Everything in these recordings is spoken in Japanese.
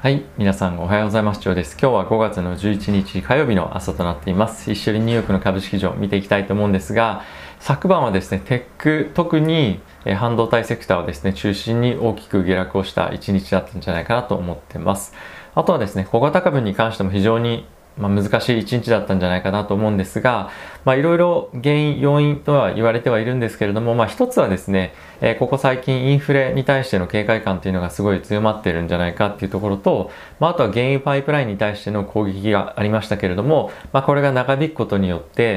はい、皆さんおはようございます。ジョーです。今日は5月の11日火曜日の朝となっています。一緒にニューヨークの株式市場を見ていきたいと思うんですが、昨晩はですね、テック、特に半導体セクターをですね、中心に大きく下落をした一日だったんじゃないかなと思っています。あとはですね、小型株に関しても非常に難しい一日だったんじゃないかなと思うんですが、いろいろ原因、要因とは言われてはいるんですけれども、一つはですね、ここ最近インフレに対しての警戒感というのがすごい強まっているんじゃないかっていうところと、あとは原油パイプラインに対しての攻撃がありましたけれども、これが長引くことによって、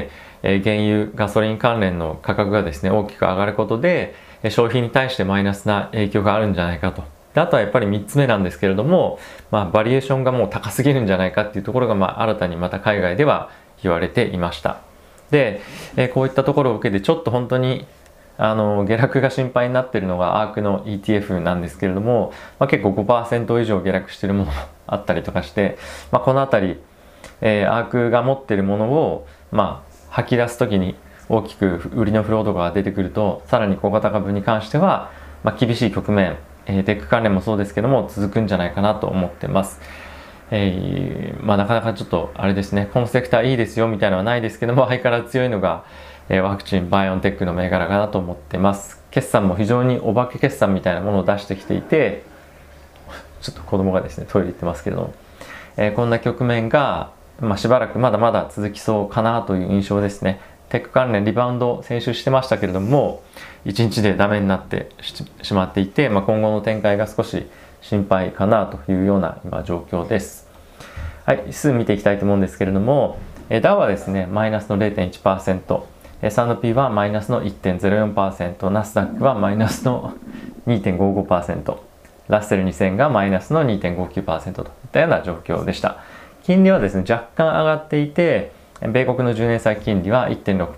原油、ガソリン関連の価格がですね、大きく上がることで、消費に対してマイナスな影響があるんじゃないかと。であとはやっぱり3つ目なんですけれども、バリエーションがもう高すぎるんじゃないかっていうところが、新たにまた海外では言われていました。で、こういったところを受けてちょっと本当に下落が心配になっているのがアークの ETF なんですけれども、結構 5% 以上下落しているものもあったりとかして、このあたり、アークが持っているものを、吐き出す時に大きく売りのフローとかが出てくると、さらに小型株に関しては、厳しい局面、テック関連もそうですけども続くんじゃないかなと思ってます。なかなかちょっとあれですね、このセクターいいですよみたいなのはないですけども、相変わらず強いのが、ワクチンバイオンテックの銘柄かなと思ってます。決算も非常にお化け決算みたいなものを出してきていて、ちょっと子供がですねトイレ行ってますけれども、こんな局面が、しばらくまだまだ続きそうかなという印象ですね。テック関連リバウンド先週してましたけれども、1日でダメになってしまっていて、今後の展開が少し心配かなというような今状況です。はい、指数見ていきたいと思うんですけれども、ダウはですねマイナスの 0.1%、S&P はマイナスの 1.04%、ナスダックはマイナスの 2.55%、ラッセル2000がマイナスの 2.59% といったような状況でした。金利はですね若干上がっていて、米国の10年債金利は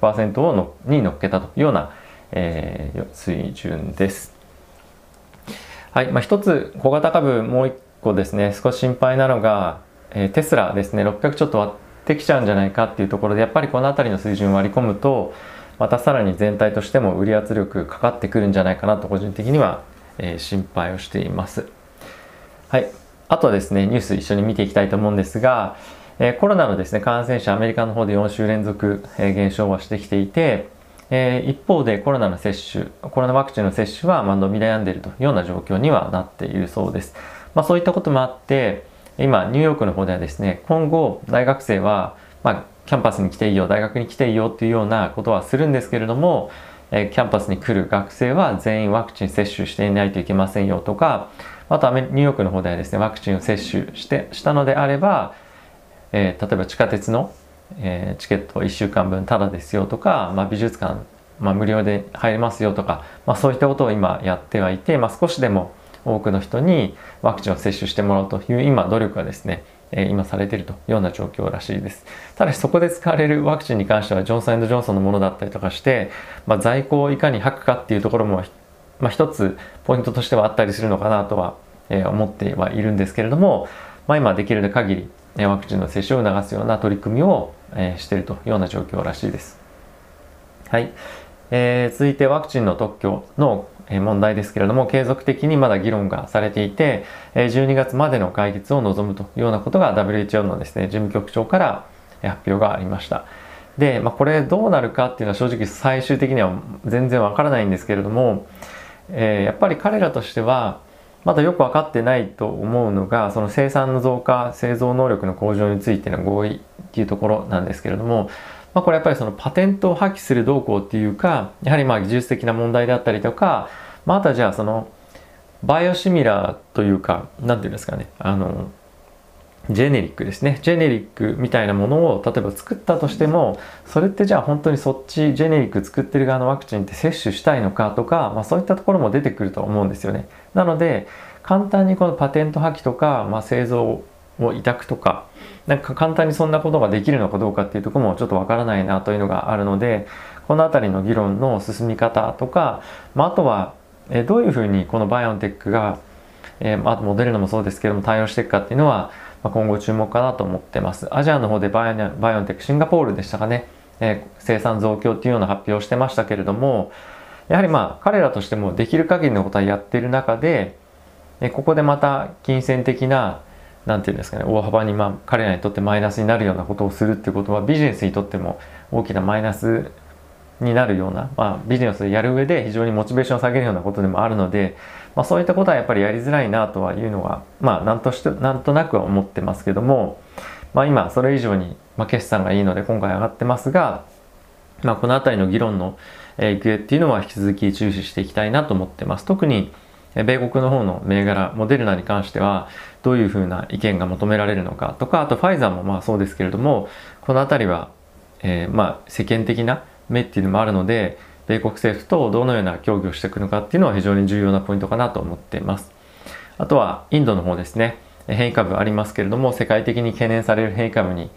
1.6% に乗っけたというような、水準です。はい、一つ小型株もう一個ですね少し心配なのが、テスラですね600ちょっと割ってきちゃうんじゃないかっていうところで、やっぱりこの辺りの水準を割り込むとまたさらに全体としても売り圧力かかってくるんじゃないかなと個人的には、心配をしています。はい、あとはですねニュース一緒に見ていきたいと思うんですが、コロナのですね感染者アメリカの方で4週連続、減少はしてきていて、一方でコロナワクチンの接種は伸び悩んでいるというような状況にはなっているそうです。そういったこともあって今ニューヨークの方ではですね今後大学生は、キャンパスに来ていいよ、大学に来ていいよっていうようなことはするんですけれども、キャンパスに来る学生は全員ワクチン接種していないといけませんよとか、あとはニューヨークの方ではですねワクチンを接種したのであれば、例えば地下鉄の、チケット1週間分タダですよとか、美術館、無料で入れますよとか、そういったことを今やってはいて、少しでも多くの人にワクチンを接種してもらうという今努力がですね今されているというような状況らしいです。ただしそこで使われるワクチンに関してはジョンソン&ジョンソンのものだったりとかして、在庫をいかに吐くかっていうところも、一つポイントとしてはあったりするのかなとは、思ってはいるんですけれども、今できる限りワクチンの接種を促すような取り組みを、しているというような状況らしいです。はい、続いてワクチンの特許の問題ですけれども、継続的にまだ議論がされていて、12月までの解決を望むというようなことが WHO のですね事務局長から発表がありました。で、これどうなるかっていうのは正直最終的には全然わからないんですけれども、やっぱり彼らとしてはまだよく分かってないと思うのが、その生産の増加、製造能力の向上についての合意っていうところなんですけれども、これやっぱりそのパテントを破棄する動向っていうか、やはり技術的な問題であったりとか、あとはじゃあそのバイオシミラーというか、なんていうんですかね、ジェネリックですね。ジェネリックみたいなものを例えば作ったとしても、それってじゃあ本当にそっちジェネリック作ってる側のワクチンって接種したいのかとか、そういったところも出てくると思うんですよね。なので簡単にこのパテント破棄とか、製造を委託とか、簡単にそんなことができるのかどうかっていうところもちょっとわからないなというのがあるので、このあたりの議論の進み方とか、あとはどういうふうにこのバイオンテックが、モデルナもそうですけども対応していくかっていうのは今後注目かなと思ってます。アジアの方でバイオンテック、シンガポールでしたかね、生産増強っていうような発表をしてましたけれども、やはり彼らとしてもできる限りのことはやっている中で、ここでまた金銭的ななんていうんですかね、大幅に彼らにとってマイナスになるようなことをするっていうことはビジネスにとっても大きなマイナスになるような、ビジネスをやる上で非常にモチベーションを下げるようなことでもあるので、そういったことはやっぱりやりづらいなとはいうのが、なんとなくは思ってますけども、今それ以上に、決算がいいので今回上がってますが、この辺りの議論の行方っていうのは引き続き注視していきたいなと思ってます。特に米国の方の銘柄モデルナに関してはどういうふうな意見が求められるのかとか、あとファイザーもそうですけれども、この辺りは、世間的な目っていうのもあるので、米国政府とどのような協議をしていくのかっていうのは非常に重要なポイントかなと思っています。あとはインドの方ですね、変異株ありますけれども、世界的に懸念される変異株に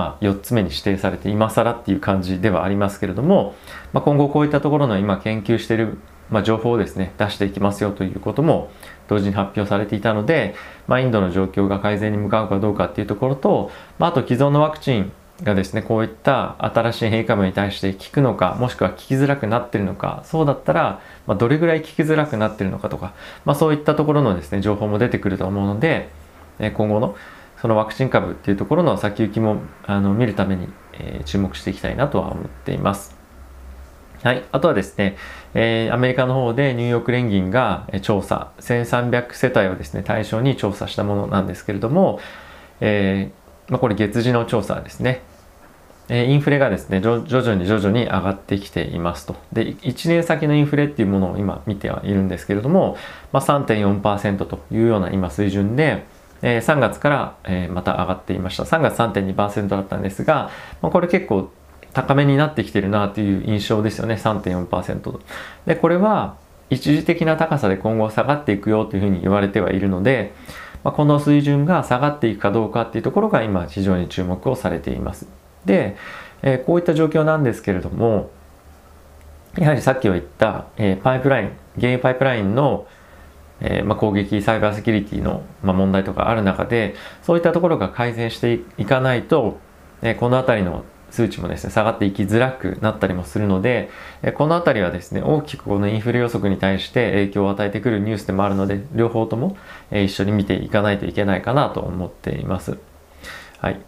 4つ目に指定されて今更っていう感じではありますけれども、今後こういったところの今研究している情報をですね出していきますよということも同時に発表されていたので、インドの状況が改善に向かうかどうかっていうところと、あと既存のワクチンがですねこういった新しい変異株に対して効くのか、もしくは効きづらくなっているのか、そうだったらどれぐらい効きづらくなっているのかとか、そういったところのですね情報も出てくると思うので、今後のそのワクチン株っていうところの先行きも見るために、注目していきたいなとは思っています。はい、あとはですね、アメリカの方でニューヨーク連銀が調査1300世帯をですね対象に調査したものなんですけれども、これ月次の調査ですね。インフレがですね徐々に上がってきていますと。で1年先のインフレっていうものを今見てはいるんですけれども、3.4% というような今水準で、3月からまた上がっていました。3月 3.2% だったんですが、これ結構高めになってきてるなという印象ですよね。 3.4% と。でこれは一時的な高さで今後下がっていくよというふうに言われてはいるので、この水準が下がっていくかどうかっていうところが今非常に注目をされています。で、こういった状況なんですけれども、やはりさっき言った、パイプライン、原油パイプラインの攻撃サイバーセキュリティの問題とかある中で、そういったところが改善していかないと、この辺りの数値もですね下がっていきづらくなったりもするので、この辺りはですね大きくこのインフレ予測に対して影響を与えてくるニュースでもあるので、両方とも一緒に見ていかないといけないかなと思っています。はい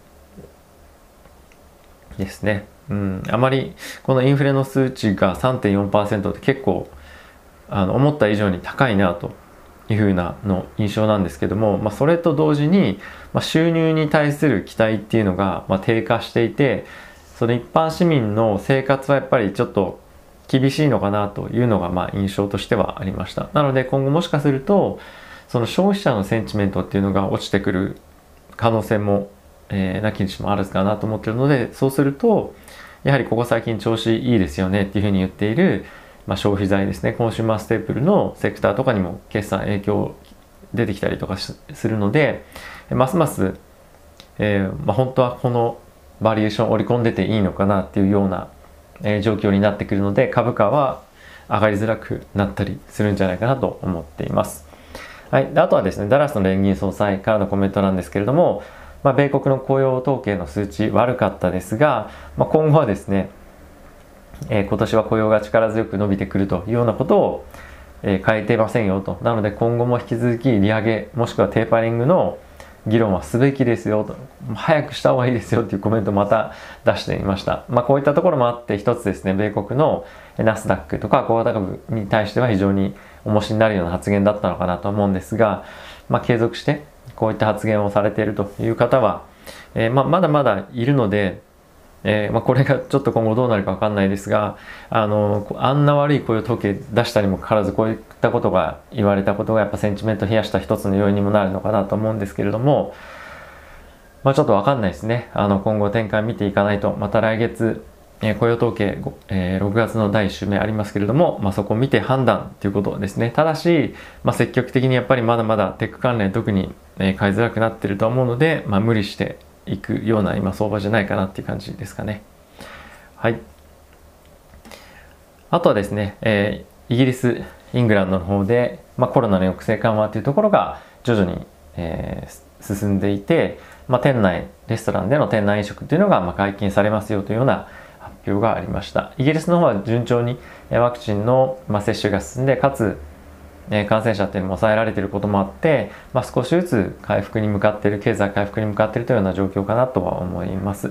ですね。あまりこのインフレの数値が 3.4% って結構思った以上に高いなというふうなの印象なんですけども、それと同時に、収入に対する期待っていうのが低下していて、その一般市民の生活はやっぱりちょっと厳しいのかなというのが印象としてはありました。なので今後もしかするとその消費者のセンチメントっていうのが落ちてくる可能性も、なきにしもあらずかなと思っているので、そうするとやはりここ最近調子いいですよねっていうふうに言っている消費財ですね、コンシューマーステープルのセクターとかにも決算影響出てきたりとかするので、ますます、本当はこのバリエーションを織り込んでていいのかなっていうような、状況になってくるので、株価は上がりづらくなったりするんじゃないかなと思っています。はい、であとはですね、ダラスの連銀総裁からのコメントなんですけれども、米国の雇用統計の数値悪かったですが、今後はですね今年は雇用が力強く伸びてくるというようなことを変えていませんよと。なので今後も引き続き利上げもしくはテーパリングの議論はすべきですよと、早くした方がいいですよというコメントをまた出していました。こういったところもあって、一つですね米国のナスダックとか小型株に対しては非常に重しになるような発言だったのかなと思うんですが、継続してこういった発言をされているという方は、まだまだいるので、これがちょっと今後どうなるか分かんないですが、あんな悪い雇用統計出したにもかかわらずこういったことが言われたことがやっぱセンチメントを冷やした一つの要因にもなるのかなと思うんですけれども、ちょっと分かんないですね。今後展開見ていかないと、また来月、雇用統計、6月の第1週目ありますけれども、そこを見て判断ということですね。ただし、積極的にやっぱりまだまだテック関連特に、買いづらくなっていると思うので、無理していくような今相場じゃないかなっていう感じですかね。はい。あとはですね、イギリス、イングランドの方で、コロナの抑制緩和というところが徐々に、進んでいて、店内レストランでの店内飲食というのが解禁されますよというような発表がありました。イギリスの方は順調にワクチンの接種が進んで、かつ感染者っていうのも抑えられていることもあって、少しずつ回復に向かっている、経済回復に向かっているというような状況かなとは思います。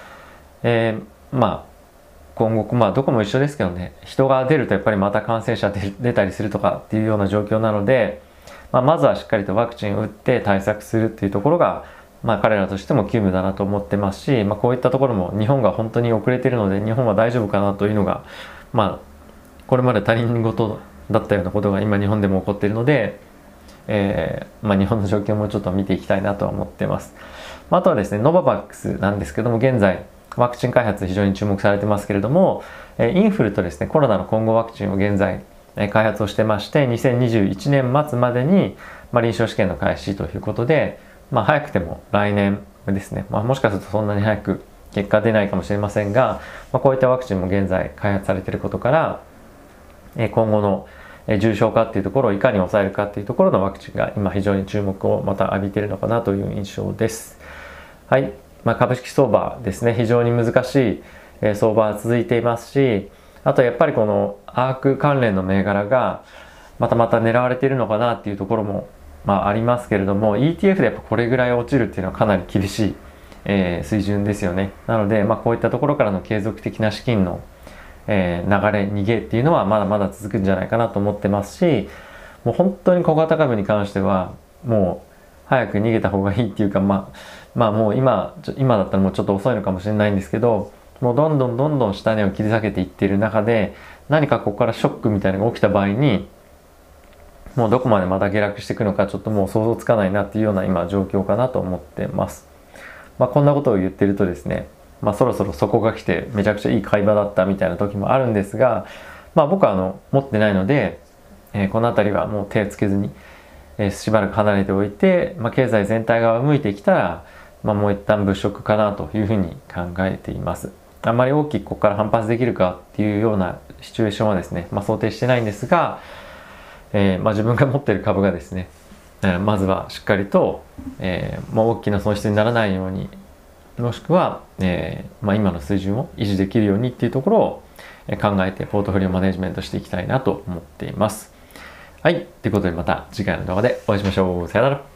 今後、どこも一緒ですけどね、人が出るとやっぱりまた感染者出たりするとかっていうような状況なので、まずはしっかりとワクチンを打って対策するっていうところが、彼らとしても急務だなと思ってますし、こういったところも日本が本当に遅れているので、日本は大丈夫かなというのが、これまで他人事だったようなことが今日本でも起こっているので、日本の状況もちょっと見ていきたいなとは思っています。あとはですね、ノババックスなんですけども、現在ワクチン開発非常に注目されてますけれども、インフルとですね、コロナの混合ワクチンを現在開発をしてまして、2021年末までに臨床試験の開始ということで、早くても来年ですね、もしかするとそんなに早く結果出ないかもしれませんが、こういったワクチンも現在開発されていることから、今後の重症化っていうところをいかに抑えるかっていうところのワクチンが今非常に注目をまた浴びているのかなという印象です。はい、株式相場ですね、非常に難しい相場が続いていますし、あとやっぱりこのアーク関連の銘柄がまた狙われているのかなっていうところもありますけれども、 ETF でやっぱこれぐらい落ちるっていうのはかなり厳しい、水準ですよね。なのでこういったところからの継続的な資金の流れ逃げっていうのはまだまだ続くんじゃないかなと思ってますし、もう本当に小型株に関してはもう早く逃げた方がいいっていうか、もう今だったらもうちょっと遅いのかもしれないんですけど、もうどんどん下値を切り下げていっている中で、何かここからショックみたいなのが起きた場合にもうどこまでまた下落していくのかちょっともう想像つかないなっていうような今状況かなと思ってます。こんなことを言ってるとですね、そろそろ底が来てめちゃくちゃいい買い場だったみたいな時もあるんですが、僕は持ってないので、この辺りはもう手をつけずに、しばらく離れておいて、経済全体が向いてきたら、もう一旦物色かなというふうに考えています。あんまり大きくここから反発できるかっていうようなシチュエーションはですね、想定してないんですが、自分が持っている株がですね、まずはしっかりと、大きな損失にならないように、もしくは、今の水準を維持できるようにっていうところを考えてポートフォリオマネジメントしていきたいなと思っています。はい、ということでまた次回の動画でお会いしましょう。さよなら。